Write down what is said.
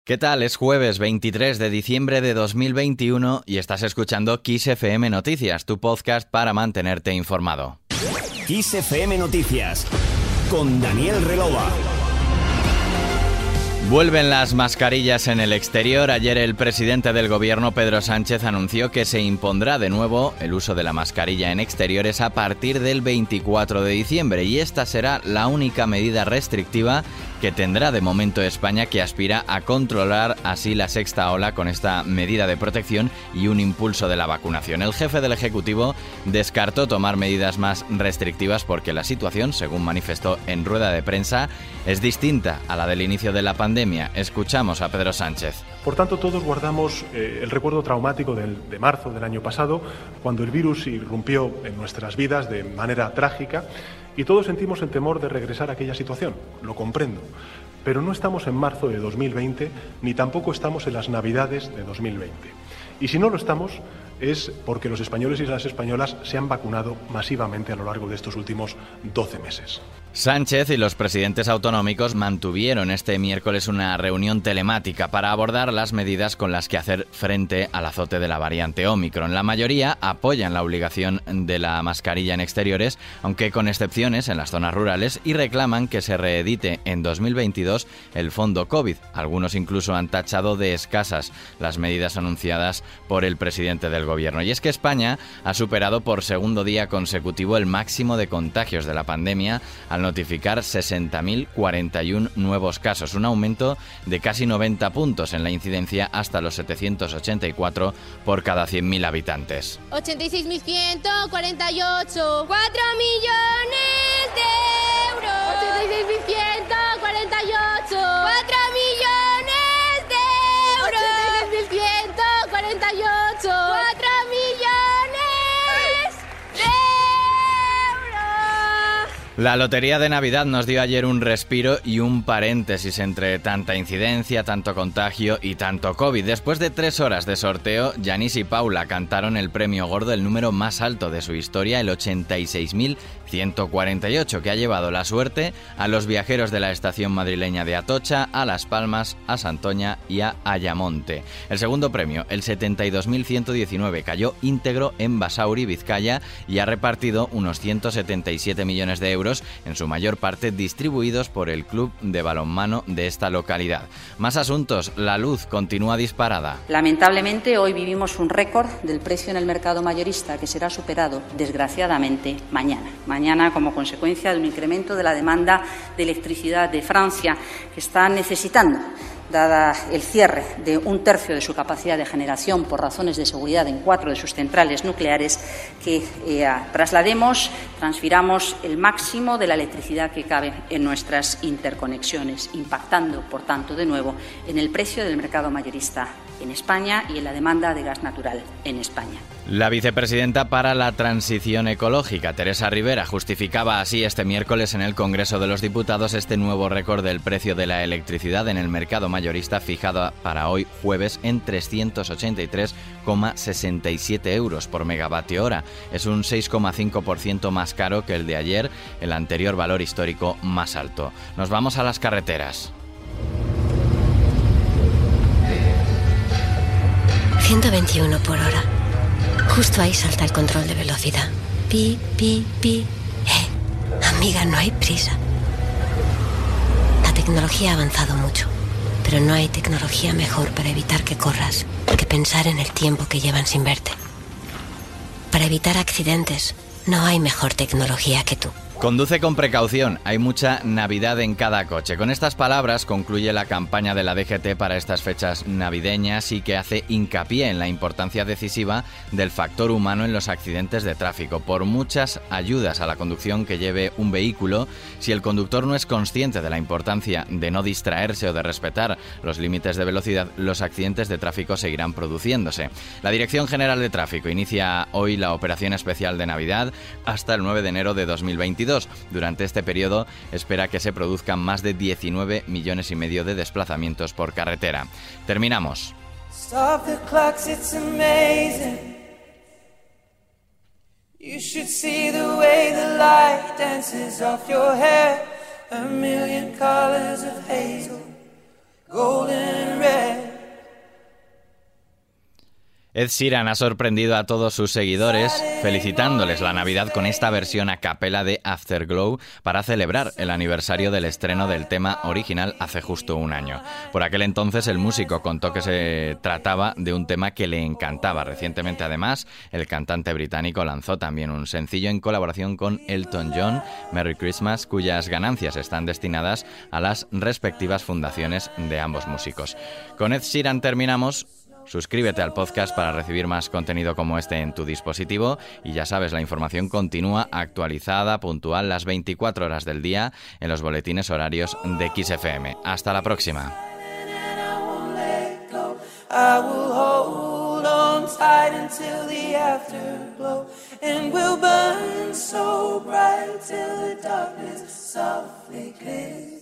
¿Qué tal? Es jueves 23 de diciembre de 2021 y estás escuchando Kiss FM Noticias, tu podcast para mantenerte informado. Kiss FM Noticias, con Daniel Relova. Vuelven las mascarillas en el exterior. Ayer el presidente del gobierno, Pedro Sánchez, anunció que se impondrá de nuevo el uso de la mascarilla en exteriores a partir del 24 de diciembre y esta será la única medida restrictiva que tendrá de momento España, que aspira a controlar así la sexta ola con esta medida de protección y un impulso de la vacunación. El jefe del Ejecutivo descartó tomar medidas más restrictivas porque la situación, según manifestó en rueda de prensa, es distinta a la del inicio de la pandemia. Escuchamos a Pedro Sánchez. Por tanto, todos guardamos el recuerdo traumático de marzo del año pasado, cuando el virus irrumpió en nuestras vidas de manera trágica y todos sentimos el temor de regresar a aquella situación. Lo comprendo. Pero no estamos en marzo de 2020 ni tampoco estamos en las Navidades de 2020. Y si no lo estamos, es porque los españoles y las españolas se han vacunado masivamente a lo largo de estos últimos 12 meses. Sánchez y los presidentes autonómicos mantuvieron este miércoles una reunión telemática para abordar las medidas con las que hacer frente al azote de la variante Ómicron. La mayoría apoyan la obligación de la mascarilla en exteriores, aunque con excepciones en las zonas rurales, y reclaman que se reedite en 2022 el fondo COVID. Algunos incluso han tachado de escasas las medidas anunciadas por el presidente del gobierno. Y es que España ha superado por segundo día consecutivo el máximo de contagios de la pandemia al notificar 60.041 nuevos casos, un aumento de casi 90 puntos en la incidencia hasta los 784 por cada 100.000 habitantes. 86.148, 4 millones de euros. 86.148, 4 millones de euros. 86.148, 4 millones de euros. La Lotería de Navidad nos dio ayer un respiro y un paréntesis entre tanta incidencia, tanto contagio y tanto COVID. Después de 3 horas de sorteo, Yanis y Paula cantaron el premio gordo, el número más alto de su historia, el 86.148, que ha llevado la suerte a los viajeros de la estación madrileña de Atocha, a Las Palmas, a Santoña y a Ayamonte. El segundo premio, el 72.119, cayó íntegro en Basauri, Vizcaya, y ha repartido unos 177 millones de euros, en su mayor parte distribuidos por el club de balonmano de esta localidad. Más asuntos. La luz continúa disparada. Lamentablemente, hoy vivimos un récord del precio en el mercado mayorista que será superado, desgraciadamente, mañana. Mañana, como consecuencia de un incremento de la demanda de electricidad de Francia, que está necesitando, dada el cierre de un tercio de su capacidad de generación por razones de seguridad en 4 de sus centrales nucleares, que transfiramos el máximo de la electricidad que cabe en nuestras interconexiones, impactando, por tanto, de nuevo en el precio del mercado mayorista en España y en la demanda de gas natural en España. La vicepresidenta para la Transición Ecológica, Teresa Rivera, justificaba así este miércoles en el Congreso de los Diputados este nuevo récord del precio de la electricidad en el mercado mayorista, fijado para hoy jueves en 383,67 euros por megavatio hora. Es un 6,5% más caro que el de ayer, el anterior valor histórico más alto. Nos vamos a las carreteras. 121 por hora. Justo ahí salta el control de velocidad. Pi, pi, pi. Amiga, no hay prisa. La tecnología ha avanzado mucho, pero no hay tecnología mejor para evitar que corras que pensar en el tiempo que llevan sin verte. Para evitar accidentes, no hay mejor tecnología que tú. Conduce con precaución, hay mucha Navidad en cada coche. Con estas palabras concluye la campaña de la DGT para estas fechas navideñas y que hace hincapié en la importancia decisiva del factor humano en los accidentes de tráfico. Por muchas ayudas a la conducción que lleve un vehículo, si el conductor no es consciente de la importancia de no distraerse o de respetar los límites de velocidad, los accidentes de tráfico seguirán produciéndose. La Dirección General de Tráfico inicia hoy la operación especial de Navidad hasta el 9 de enero de 2022. Durante este periodo espera que se produzcan más de 19 millones y medio de desplazamientos por carretera. Terminamos. Stop the clocks, it's amazing. You should see the way the light dances off your hair. A million colors of hazel, golden and red. Ed Sheeran ha sorprendido a todos sus seguidores felicitándoles la Navidad con esta versión a capela de Afterglow para celebrar el aniversario del estreno del tema original hace justo un año. Por aquel entonces el músico contó que se trataba de un tema que le encantaba. Recientemente, además, el cantante británico lanzó también un sencillo en colaboración con Elton John, Merry Christmas, cuyas ganancias están destinadas a las respectivas fundaciones de ambos músicos. Con Ed Sheeran terminamos. Suscríbete al podcast para recibir más contenido como este en tu dispositivo y ya sabes, la información continúa actualizada, puntual, las 24 horas del día en los boletines horarios de XFM. Hasta la próxima. I will hold on tight until the afterglow, and we'll burn so bright till the darkness softly clears.